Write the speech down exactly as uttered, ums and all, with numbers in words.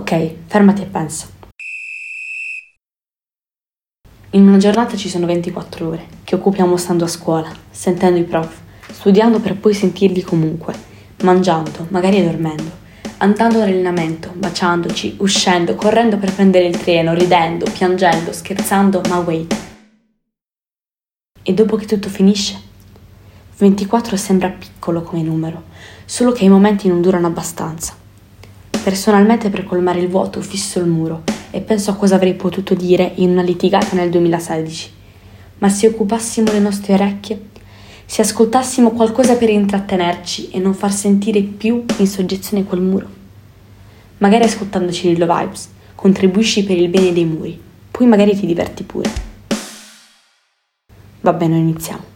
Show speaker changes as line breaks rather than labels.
Ok, fermati e pensa. In una giornata ci sono ventiquattro ore che occupiamo stando a scuola, sentendo i prof, studiando per poi sentirli comunque, mangiando, magari dormendo, andando all'allenamento, baciandoci, uscendo, correndo per prendere il treno, ridendo, piangendo, scherzando, ma wait. E dopo che tutto finisce? ventiquattro sembra piccolo come numero, solo che i momenti non durano abbastanza. Personalmente per colmare il vuoto fisso il muro e penso a cosa avrei potuto dire in una litigata nel duemilasedici. Ma se occupassimo le nostre orecchie, se ascoltassimo qualcosa per intrattenerci e non far sentire più in soggezione quel muro. Magari ascoltandoci Lillo Vibes, contribuisci per il bene dei muri, poi magari ti diverti pure. Va bene, iniziamo.